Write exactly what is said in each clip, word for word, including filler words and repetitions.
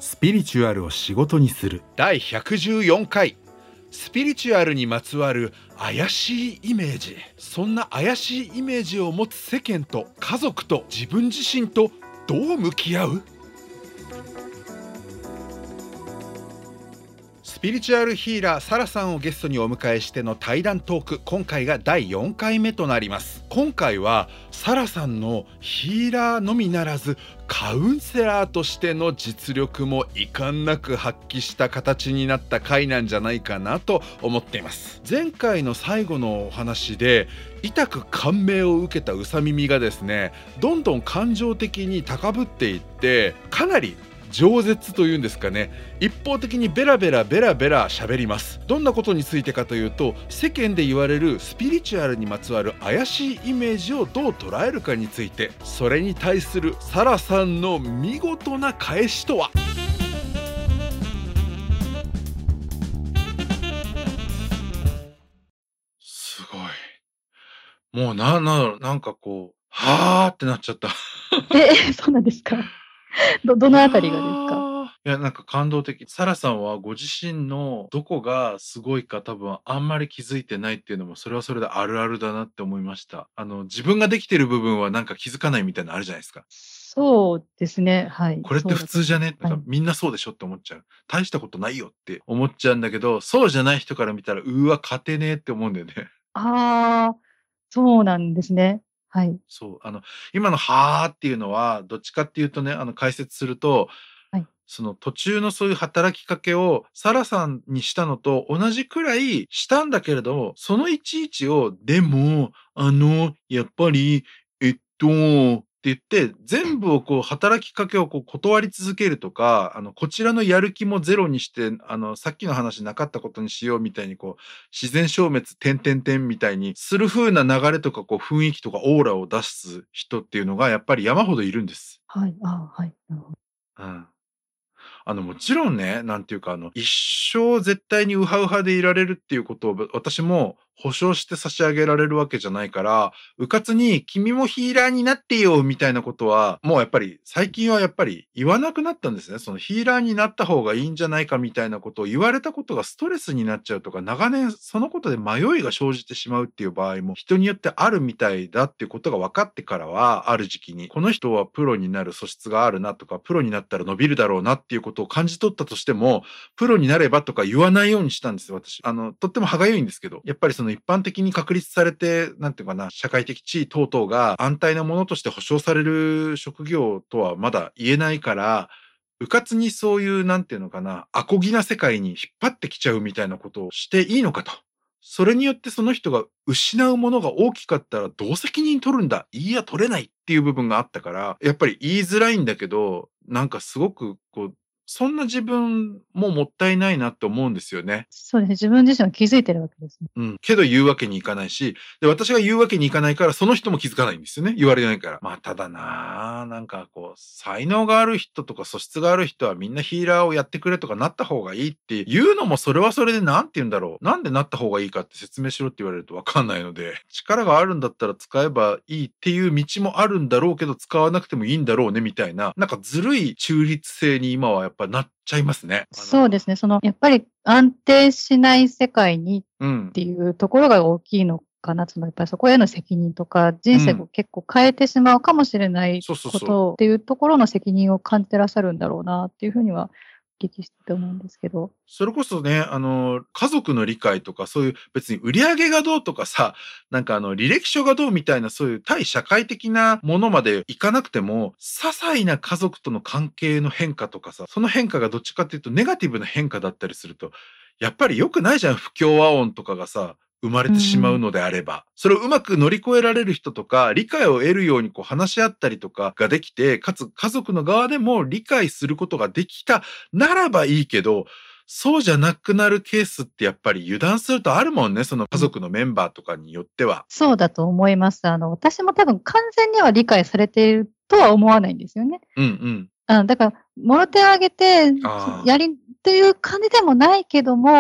スピリチュアルを仕事にするだいひゃくじゅうよんかい、スピリチュアルにまつわる怪しいイメージ。そんな怪しいイメージを持つ世間と家族と自分自身とどう向き合う？スピリチュアルヒーラーサラさんをゲストにお迎えしての対談トーク、今回がだいよんかいめとなります。今回はサラさんのヒーラーのみならずカウンセラーとしての実力も遺憾なく発揮した形になった回なんじゃないかなと思っています。前回の最後のお話で痛く感銘を受けたうさ耳がですね、どんどん感情的に高ぶっていって、かなり饒舌というんですかね、一方的にベラベラベラベラ喋ります。どんなことについてかというと、世間で言われるスピリチュアルにまつわる怪しいイメージをどう捉えるかについて、それに対するサラさんの見事な返しとは？すごい。もうな、な、なんかこう、はーってなっちゃった。 え、そうなんですか？ど、どのあたりがですか？ いや、なんか感動的。サラさんはご自身のどこがすごいか多分あんまり気づいてないっていうのも、それはそれであるあるだなって思いました。あの、自分ができてる部分はなんか気づかないみたいなのあるじゃないですか。 そうですね、はい。 これって普通じゃね？なんかはい。 みんなそうでしょって思っちゃう。大したことないよって思っちゃうんだけど、そうじゃない人から見たら、うわ、勝てねえって思うんだよね。 ああ、そうなんですね。はい。 そう、あの、今のはーっていうのは、どっちかっていうとね、あの、解説すると、 はい。 その途中のそういう働きかけをサラさんにしたのと同じくらいしたんだけれど、そのいちいちを、でも、あの、やっぱり、えっと、って言って、全部をこう働きかけをこう断り続けるとか、あの、こちらのやる気もゼロにして、あの、さっきの話なかったことにしようみたいにこう、自然消滅、点々点みたいにする風な流れとかこう雰囲気とかオーラを出す人っていうのがやっぱり山ほどいるんです。 はい、ああ、はい。なるほど。 うん。あの、もちろんね、なんていうか、あの、一生絶対にウハウハでいられるっていうことを私も保証して差し上げられるわけじゃないから、うかつに君もヒーラーになってよみたいなことは、もうやっぱり最近はやっぱり言わなくなったんですね。そのヒーラーになった方がいいんじゃないかみたいなことを言われたことがストレスになっちゃうとか、長年そのことで迷いが生じてしまうっていう場合も人によってあるみたいだっていうことが分かってからは、ある時期に、この人はプロになる素質があるなとか、プロになったら伸びるだろうなっていうことを感じ取ったとしても、プロになればとか言わないようにしたんですよ、私。あの、とっても歯がゆいんですけど、やっぱりその一般的に確立されて、なんていうかな、社会的地位等々が安泰なものとして保障される職業とはまだ言えないから、うかつにそういう、なんていうのかな、アコギな世界に引っ張ってきちゃうみたいなことをしていいのかと。それによってその人が失うものが大きかったらどう責任取るんだ、いいや取れないっていう部分があったから、やっぱり言いづらいんだけど、なんかすごくこう、そんな自分ももったいないなって思うんですよね。 そうですね、自分自身は気づいてるわけですね。 うん。けど言うわけにいかないし、で、私が言うわけにいかないから、その人も気づかないんですよね。言われないから。まあ、ただなあ、なんかこう、才能がある人とか素質がある人はみんなヒーラーをやってくれとかなった方がいいって言うのもそれはそれでなんて言うんだろう。なんでなった方がいいかって説明しろって言われるとわかんないので、力があるんだったら使えばいいっていう道もあるんだろうけど、使わなくてもいいんだろうねみたいな、なんかずるい中立性に今はやっぱなっちゃいますね。 そうですね、その、やっぱり安定しない世界にうんっ。ていうところが大きいのかな。そのやっぱりそこへの責任とか、人生を結構変えてしまうかもしれないこそうそうそう。 とっていうところの責任を感じてらっしゃるんだろうなっていうふうにはお聞きしてて思うんですけど。 それこそね、あの、家族の理解とか、そういう別に売り上げがどうとかさ、なんかあの、履歴書がどうみたいな、そういう対社会的なものまでいかなくても、些細な家族との関係の変化とかさ、その変化がどっちかっていうとネガティブな変化だったりすると、やっぱり良くないじゃん、不協和音とかがさ、生まれてしまうのであれば、それをうまく乗り越えられる人とか、理解を得るようにこう話し合ったりとかができて、かつ家族の側でも理解することができたならばいいけど、そうじゃなくなるケースってやっぱり油断するとあるもんね、その家族のメンバーとかによっては。 そうだと思います。あの、私も多分完全には理解されているとは思わないんですよね。 うんうん。 あだから、もろ手を挙げて、 あーやりっていう感じでもないけども、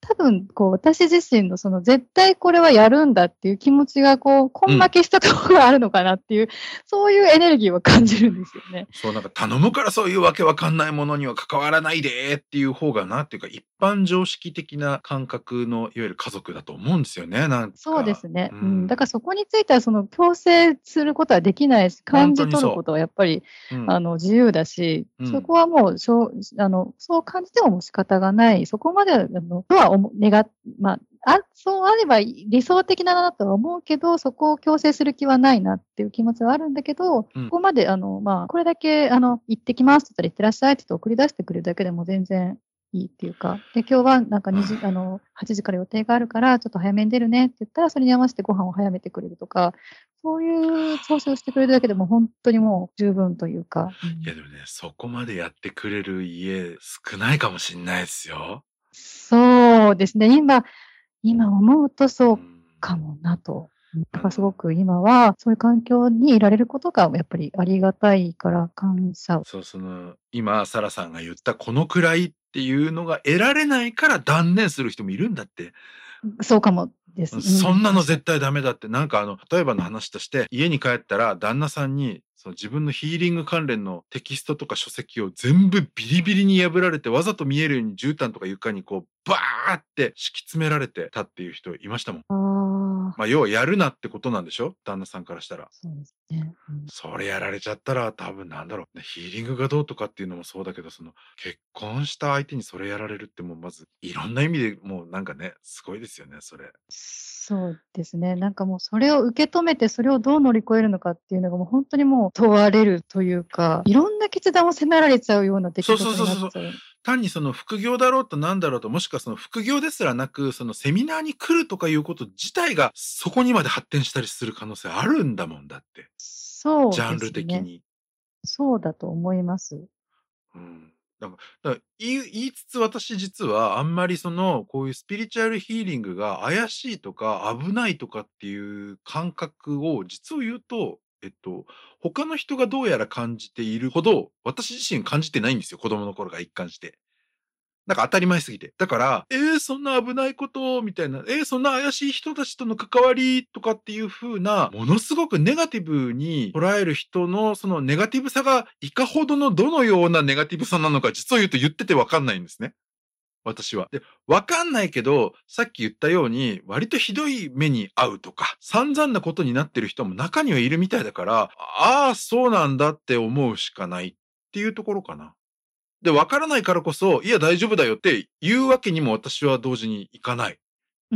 多分、こう、私自身のその絶対これはやるんだっていう気持ちがこう、根負けしたところがあるのかなっていう、そういうエネルギーを感じるんですよね。 そう、なんか頼むからそういうわけわかんないものには関わらないでっていう方がなっていうか、一般常識的な感覚のいわゆる家族だと思うんですよね、なんそうでか。 すね。 ううん。だかん。 らそこについてはその強制することはできないし、 ほん感じとにそ取ることはやっぱり、 う。うん。 あの、自由だし、 うん。 そこはもう、しょうあの、そう感じてももう仕方がない、そこまであの、とはおも願ま、あ、そうあれば理想的だなとは思うけど、そこを強制する気はないなっていう気持ちはあるんだけど、 うん。 ここまであの、まあ、これだけあの、行ってきますって言ったら行ってらっしゃいって言って送り出してくれるだけでも全然いいっていうか、で、今日はなんかうん。 にじあの、はちじから予定があるから、ちょっと早めに出るねって言ったら、それに合わせてご飯を早めてくれるとか、そういう調整をしてくれるだけでもほんとにもう十分というか。ういやん。 でもね、そこまでやってくれる家少ないかもしんないすよ。 そうですね、今今思うとそううん。 かもなと。うん、だあのからすごく今は、そういう環境にいられることがやっぱりありがたいから感謝。 そう、その、今サラさんが言ったこのくらいっていうのが得られないから断念する人もいるんだって。 うん、そうかもです。 うん、 うん、 そんなの確かに。 絶対ダメだって、なんかあの、例えばの話として、家に帰ったら旦那さんに、その自分のヒーリング関連のテキストとか書籍を全部ビリビリに破られて、わざと見えるように絨毯とか床にこうバーって敷き詰められてたっていう人いましたもん。 ああ。 ま、要はやるなってことなんでしょ？旦那さんからしたら。 そうですね。うん。 それやられちゃったら多分なんだろう、ね、ヒーリングがどうとかっていうのもそうだけど、その、結婚した相手にそれやられるってもうまず、いろんな意味でもうなんかね、すごいですよね、それ。 そうですね。なんかもうそれを受け止めて、それをどう乗り越えるのかっていうのがもうほんとにもう問われるというか、いろんな決断を迫られちゃうような出そう来事にそうそうそうそう。 なっちゃう。 単にその副業だろうとなんだろうと、もしくはその副業ですらなく、そのセミナーに来るとかいうこと自体が、そこにまで発展したりする可能性あるんだもん、だって。 そうでジャンルすね。 的に。 そうだと思います。 うん。だかだから言い言いつつ私実はあんまりその、こういうスピリチュアルヒーリングが怪しいとか危ないとかっていう感覚を実を言うと、えっと、他の人がどうやら感じているほど、私自身感じてないんですよ、子供の頃から一貫して。なんか当たり前すぎて。だから、ええ、そんな危ないことみたいな、ええ、そんな怪しい人たちとの関わりとかっていう風な、ものすごくネガティブに捉える人のそのネガティブさがいかほどのどのようなネガティブさなのか、実を言うと言っててわかんないんですね。私は。で、わかんないけど、さっき言ったように、割とひどい目に遭うとか、散々なことになってる人も中にはいるみたいだから、ああ、そうなんだって思うしかないっていうところかな。で、わからないからこそ、いや大丈夫だよって言うわけにも私は同時にいかない。 うん、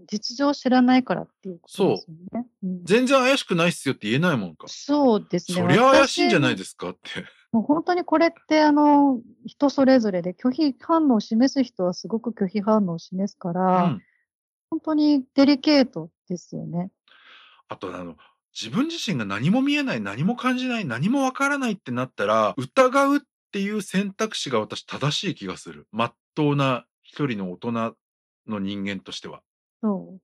実情を知らないからっていうことでそう。 すよね。うん。 全然怪しくないっすよって言えないもんか。 そうですね。 そりゃ怪しいんじゃない私も、 ですかって。 もうほんとにこれってあの、人それぞれで拒否反応を示す人はすごく拒否反応を示すから、 うん。 ほんとにデリケートですよね。 あとあの、自分自身が何も見えない、何も感じない、何もわからないってなったら、疑うっていう選択肢が私正しい気がする。まっとうな一人の大人の人間としては。 そう。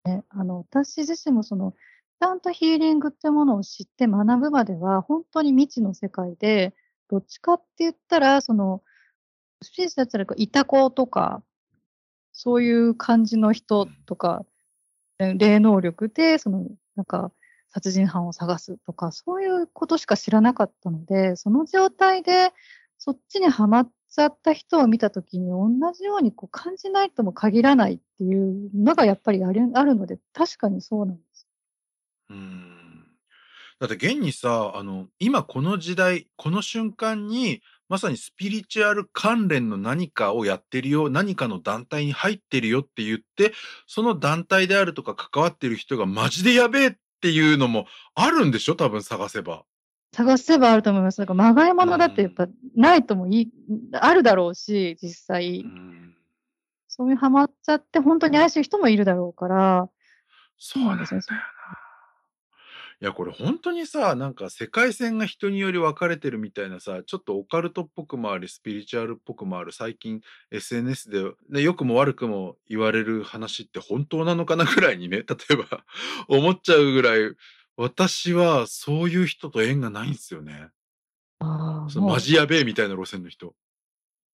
ね、あの、私自身もその、ちゃんとヒーリングってものを知って学ぶまでは、ほんとに未知の世界で、どっちかって言ったら、その、スピリチュアルだったらこう、イタコとか、そういう感じの人うん。 とか、え、霊能力でその、なんか、殺人犯を探すとか、そういうことしか知らなかったので、その状態でそっちにはまっちゃった人を見た時に、おんなじようにこう感じないとも限らないっていうのがやっぱりあるあるので、確かにそうなんです。 うーん。だって現にさ、あの、今この時代、この瞬間に、まさにスピリチュアル関連の何かをやってるよ、何かの団体に入ってるよって言って、その団体であるとか関わってる人がマジでやべえっていうのもあるんでしょ？多分探せば。 探せばあると思います。なんかまがいうものだってやっん。 ぱないともいいあるだろうし、実う際。 ん。 そういうはまっちゃって、ほんとに怪しい人もいるだろうから、 そうなんだよそうなんですね。そな。いや、これほんとにさ、なんか世界線が人により分かれてるみたいなさ、ちょっとオカルトっぽくもあり、スピリチュアルっぽくもある、最近 エスエヌエス で、ね、良くも悪くも言われる話って本当なのかなぐらいにね、例えば思っちゃうぐらい、私はそういう人と縁がないんすよね。 ああ、 そのマもうジやべえみたいな路線の人。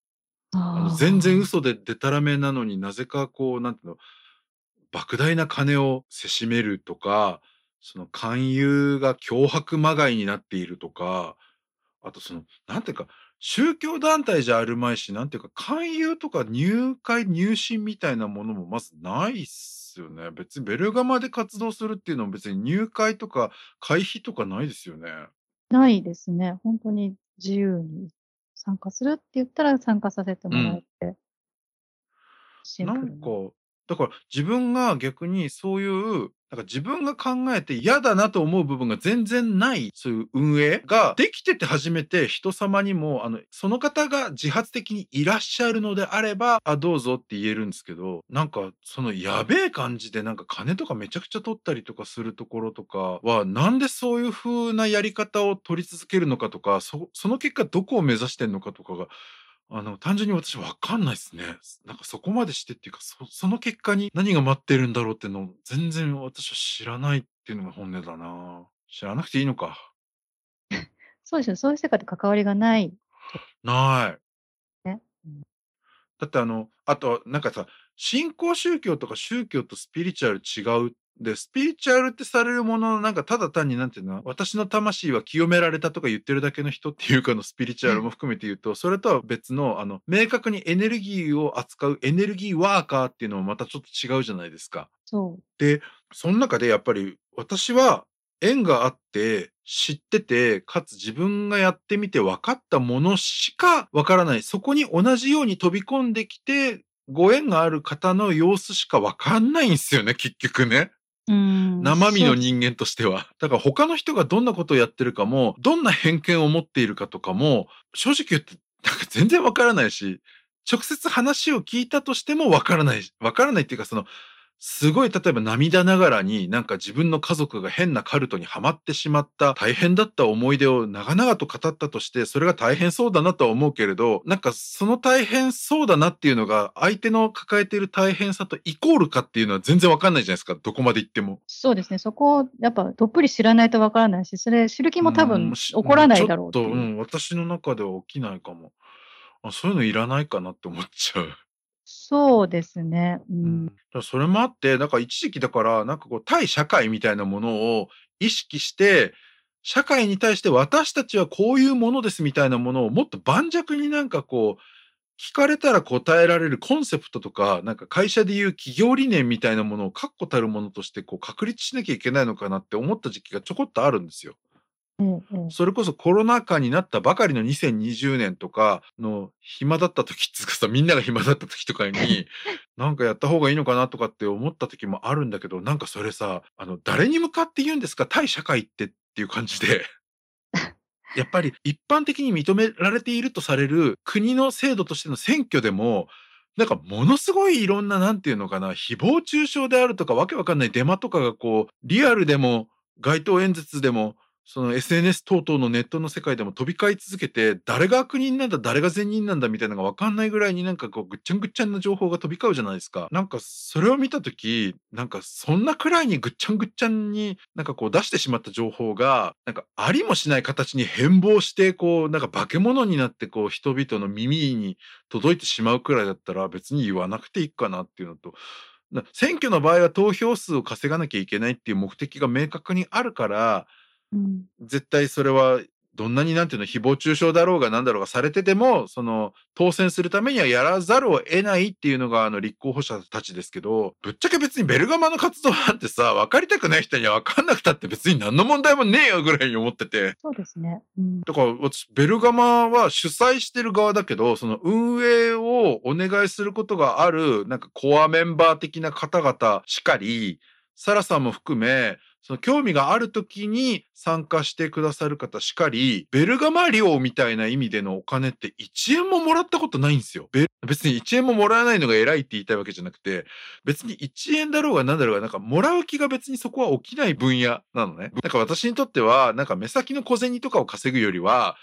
あの、全然あ嘘ででたらめなのになぜかこう、なんていうの、莫大な金をせしめるとか、その勧誘が脅迫まがいになっているとか、あとその、なんていうか、宗教団体じゃあるまいし、なんていうか、勧誘とか入会、入信みたいなものもまずないっすよね。別にベルガマで活動するっていうのも別に入会とか会費とかないですよね。 ないですね。本当に自由に参加するって言ったら参加させてもらえうん。 て、シンなんか、 プルな。 だから自分が逆にそういう、なんか自分が考えて嫌だなと思う部分が全然ない、そういう運営ができてて初めて人様にも、あの、その方が自発的にいらっしゃるのであれば、あ、どうぞって言えるんですけど、なんかそのやべえ感じでなんか金とかめちゃくちゃ取ったりとかするところとかは、なんでそういう風なやり方を取り続けるのかとか、そその結果どこを目指してんのかとかがあの、単純に私わかんないっすね。なんかそこまでしてっていうか、そその結果に何が待ってるんだろうっていうのを全然私は知らないっていうのが本音だな。知らなくていいのか。 そうですよ。そういう世界と関わりがないとない。 ね。うん。 だってあの、あとなんかさ、新興宗教とか宗教とスピリチュアル違う。で、スピリチュアルってされるものの、なんかただ単になんていうの、私の魂は清められたとか言ってるだけの人っていうかのスピリチュアルも含めて言うと、それとは別の、あの、明確にエネルギーを扱うエネルギーワーカーっていうのもまたちょっと違うじゃないですか。 そう。 で、その中でやっぱり私は縁があって知ってて、かつ自分がやってみて分かったものしか分からない。そこに同じように飛び込んできて、ご縁がある方の様子しか分かんないんすよね、結局ね。 うーん、 生身そうです。 の人間としては。だから他の人がどんなことをやってるかも、どんな偏見を持っているかとかも、正直言ってなんか全然分からないし、直接話を聞いたとしても分からないし分からないっていうかそのすごい例えば涙ながらになんか自分の家族が変なカルトにはまってしまった大変だった思い出を長々と語ったとして、それが大変そうだなとは思うけれど、なんかその大変そうだなっていうのが相手の抱えている大変さとイコールかっていうのは全然わかんないじゃないですか、どこまで行っても。 そうですね。そこをやっぱどっぷり知らないとわからないし、それ知る気うも多ーん、 分しうん、 起こらないだちょっと、 ろうっていう。 うん、私の中では起きないかも。あ、そういうのいらないかなって思っちゃう。 そうですね。ううん。 ん。 だからそれもあって、なんか一時期だから、なんかこう対社会みたいなものを意識して、社会に対して私たちはこういうものですみたいなものをもっと盤石になんかこう、聞かれたら答えられるコンセプトとか、なんか会社でいう企業理念みたいなものを確固たるものとしてこう確立しなきゃいけないのかなって思った時期がちょこっとあるんですよ。 ええええ。 それこそコロナ禍になったばかりのにせんにじゅうねんとかの暇だった時っつうかさ、みんなが暇だった時とかに、なんかやった方がいいのかなとかって思った時もあるんだけど、なんかそれさ、あの、誰に向かって言うんですか、対社会ってっていう感じで、やっぱり一般的に認められているとされる国の制度としての選挙でも、なんかものすごいいろんな、なんていうのかな、誹謗中傷であるとか、わけわかんないデマとかがこう、リアルでも街頭演説でも、その エスエヌエス 等々のネットの世界でも飛び交い続けて、誰が悪人なんだ、誰が善人なんだみたいなのがわかんないぐらいになんかこう、ぐっちゃんぐっちゃんな情報が飛び交うじゃないですか。なんかそれを見たとき、なんかそんなくらいにぐっちゃんぐっちゃんになんかこう出してしまった情報が、なんかありもしない形に変貌して、こうなんか化け物になってこう人々の耳に届いてしまうくらいだったら別に言わなくていいかなっていうのと、な選挙の場合は投票数を稼がなきゃいけないっていう目的が明確にあるから、 うん。 絶対それはどんなになんていうの、誹謗中傷だろうがなんだろうがされてても、その当選するためにはやらざるを得ないっていうのがあの立候補者たちですけど、ぶっちゃけ別にベルガマの活動なんてさ、分かりたくない人には分かんなくたって別に何の問題もねえよぐらいに思ってて。 そうですね。うん。 だから私、ベルガマは主催してる側だけど、その運営をお願いすることがある、なんかコアメンバー的な方々しかり、サラさんも含め、その興味がある時に参加してくださる方しかり、ベルガマ料みたいな意味でのお金っていちえんももらったことないんですよ。べ別にいちえんももらわないのが偉いって言いたいわけじゃなくて、別にいちえんだろうがなんだろうが、なんかもらう気が別にそこは起きない分野なのね。なんか私にとっては、なんか目先の小銭とかを稼ぐよりは、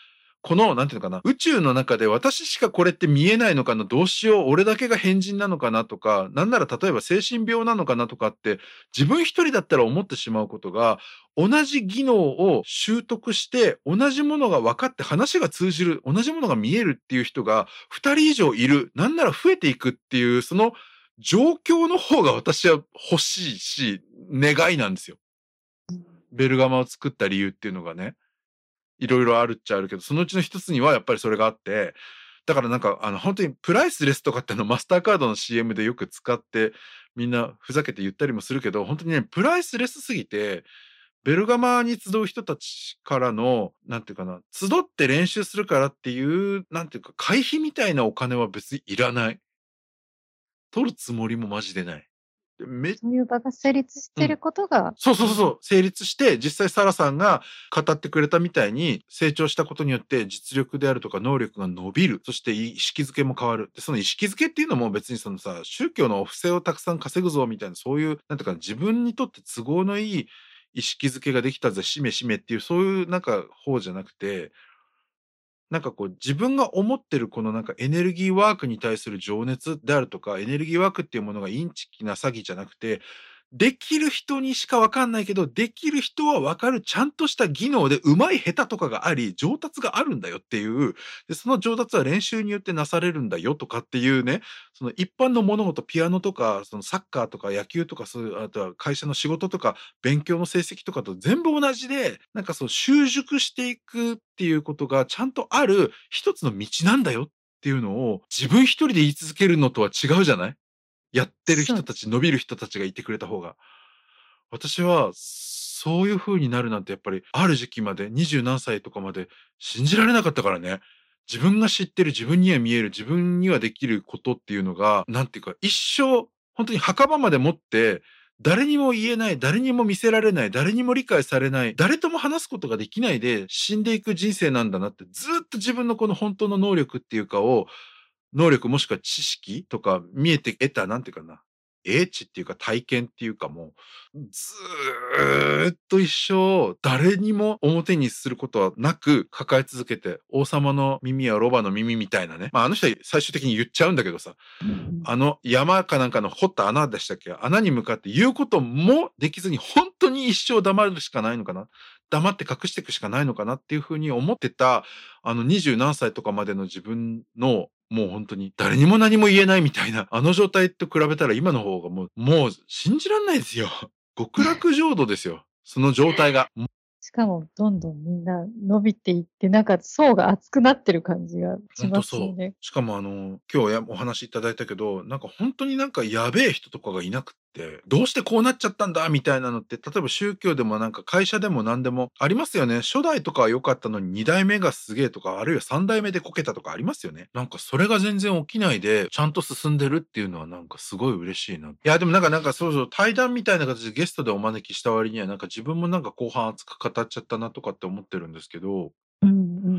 この、なんていうのかな、宇宙の中で私しかこれって見えないのかな、どうしよう、俺だけが変人なのかなとか、なんなら例えば精神病なのかなとかって、自分一人だったら思ってしまうことが、同じ技能を習得して、同じものが分かって話が通じる、同じものが見えるっていう人が二人以上いる、なんなら増えていくっていう、その状況の方が私は欲しいし、願いなんですよ。ベルガマを作った理由っていうのがね。いろいろあるっちゃあるけど、そのうちの一つにはやっぱりそれがあって、だからなんか、あの、本当にプライスレスとかってのマスターカードの シーエム でよく使って、みんなふざけて言ったりもするけど、本当にね、プライスレスすぎて、ベルガマに集う人たちからの、なんていうかな、集って練習するからっていう、なんていうか、会費みたいなお金は別にいらない。取るつもりもマジでない。めそういう場が成立してることが、 そうそうそうそう、成立して、実際サラさんが語ってくれたみたいに、成長したことによって実力であるとか能力が伸びる。そして意識づけも変わる。で、その意識づけっていうのも別にそのさ、宗教のお布施をたくさん稼ぐぞみたいな、そういう、なんていうか、自分にとって都合のいい意識づけができたぜ、しめしめっていう、そういうなんか方じゃなくて、なんかこう自分が思ってるこのなんかエネルギーワークに対する情熱であるとか、エネルギーワークっていうものがインチキな詐欺じゃなくて、できる人にしかわかんないけど、できる人はわかるちゃんとした技能で上手い下手とかがあり、上達があるんだよっていう、で、その上達は練習によってなされるんだよとかっていうね、その一般の物事、ピアノとか、そのサッカーとか野球とか、そういう、あとは会社の仕事とか、勉強の成績とかと全部同じで、なんかそう習熟していくっていうことがちゃんとある一つの道なんだよっていうのを自分一人で言い続けるのとは違うじゃない？やってるそうです。 人たち、伸びる人たちがいてくれた方が。私はそういう風になるなんてやっぱりある時期まで、二十何歳とかまで信じられなかったからね。自分が知ってる、自分には見える、自分にはできることっていうのが、なんていうか、一生、本当に墓場まで持って、誰にも言えない、誰にも見せられない、誰にも理解されない、誰とも話すことができないで死んでいく人生なんだなって、ずっと自分のこの本当の能力っていうかを、能力もしくは知識とか見えて得た、なんていうかな、英知っていうか体験っていうかもう、ずーっと一生誰にも表にすることはなく抱え続けて、王様の耳はロバの耳みたいなね。まああの人は最終的に言っちゃうんだけどさ、 うんあの山かなんかの掘った穴でしたっけ？穴に向かって言うこともできずに本当に一生黙るしかないのかな？黙って隠していくしかないのかなっていうふうに思ってた、あの二十何歳とかまでの自分の、もう本当に誰にも何も言えないみたいな、あの状態と比べたら今の方がもう、もう信じらんないですよ。極楽浄土ですよ。その状態が。 しかも、どんどんみんな伸びていって、なんか層が厚くなってる感じがしほんとますよそう。 ね。 しかもあの、今日やお話いただいたけど、なんかほんとになんかやべえ人とかがいなくって、どうしてこうなっちゃったんだみたいなのって、例えば宗教でもなんか会社でも何でもありますよね。初代とかは良かったのにに代目がすげえとか、あるいはさん代目でこけたとかありますよね。なんかそれが全然起きないで、ちゃんと進んでるっていうのはなんかすごい嬉しいな。いやでもなんかなんかそうそう対談みたいな形でゲストでお招きした割にはなんか自分もなんか後半熱く語っちゃったなとかって思ってるんですけど、 うんうん。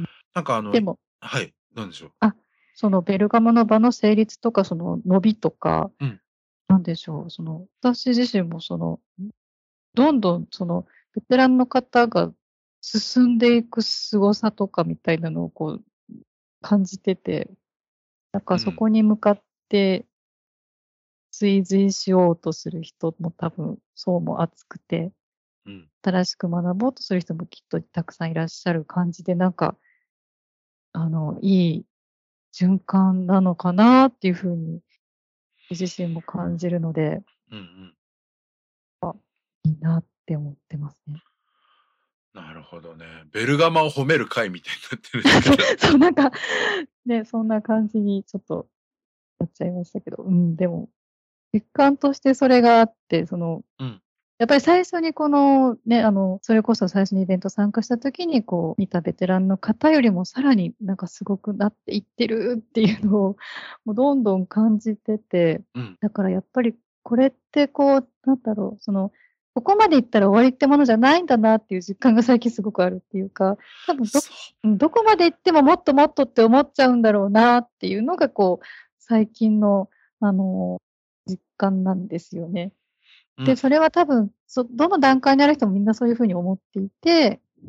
なんかあのでも、 はい、なんでしょう。 あ、そのベルガモの場の成立とか、その伸びとか、 うん。 なんでしょう、その、私自身もその、どんどんその、ベテランの方が進んでいく凄さとかみたいなのをこう、感じてて、なんかそうん。 こに向かって追随しようとする人も多分層も厚くて、 うん。 新しく学ぼうとする人もきっとたくさんいらっしゃる感じで、なんか、あの、いい循環なのかなっていう風に、自身も感じるので、 うんうん。 いいなって思ってますね。 なるほどね。ベルガマを褒める会みたいになってるんだけど。 そう、なんか、ね、そんな感じにちょっとなっちゃいましたけど、うん、でも、実感としてそれがあって、その、 うん。 やっぱり最初にこのね、あの、それこそ最初にイベント参加した時に、こう、見たベテランの方よりもさらになんかすごくなっていってるっていうのを、もうどんどん感じてて、 うん。 だからやっぱりこれってこう、なんだろう、その、ここまで行ったら終わりってものじゃないんだなっていう実感が最近すごくあるっていうか、多分どそう。 うん、どこまで行ってももっともっとって思っちゃうんだろうなっていうのがこう、最近のあの、実感なんですよね。で、 うん。 それは多分、そどの段階にある人もみんなそういう風に思っていて、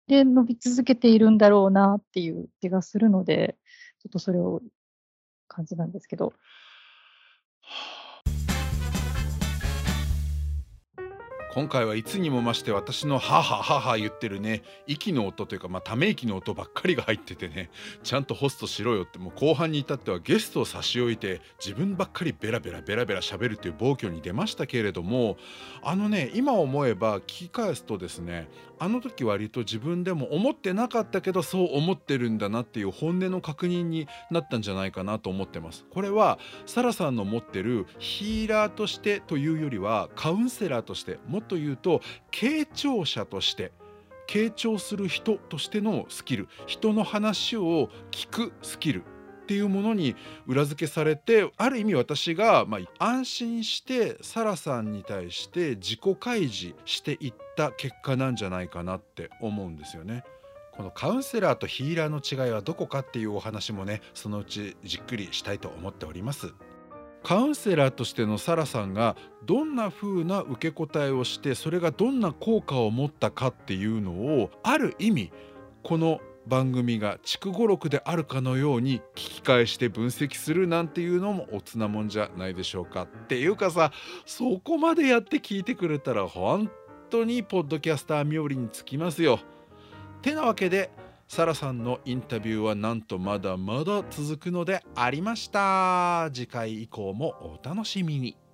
で伸び続けているんだろうなっていう気がするので、ちょっとそれを感じなんですけど。 今回はいつにも増して私のハハハハ言ってるね、息の音というか、まあ、ため息の音ばっかりが入っててね、ちゃんとホストしろよって、もう後半に至ってはゲストを差し置いて自分ばっかりベラベラベラベラ喋るっていう暴挙に出ましたけれども、あのね、今思えば聞き返すとですね、あの時割と自分でも思ってなかったけどそう思ってるんだなっていう本音の確認になったんじゃないかなと思ってます。これはサラさんの持ってるヒーラーとしてというよりはカウンセラーとして、もっと言うと傾聴者として、傾聴する人としてのスキル、人の話を聞くスキルっていうものに裏付けされて、ある意味私が、まあ、安心してサラさんに対して自己開示していった結果なんじゃないかなって思うんですよね。このカウンセラーとヒーラーの違いはどこかっていうお話もね、そのうちじっくりしたいと思っております。カウンセラーとしてのサラさんがどんな風な受け答えをして、それがどんな効果を持ったかっていうのを、ある意味この番組が筑語録であるかのように聞き返して分析するなんていうのもおつなもんじゃないでしょうか。っていうかさ、そこまでやって聞いてくれたら本当にポッドキャスター冥利につきますよ。てなわけでサラさんのインタビューはなんとまだまだ続くのでありました。次回以降もお楽しみに。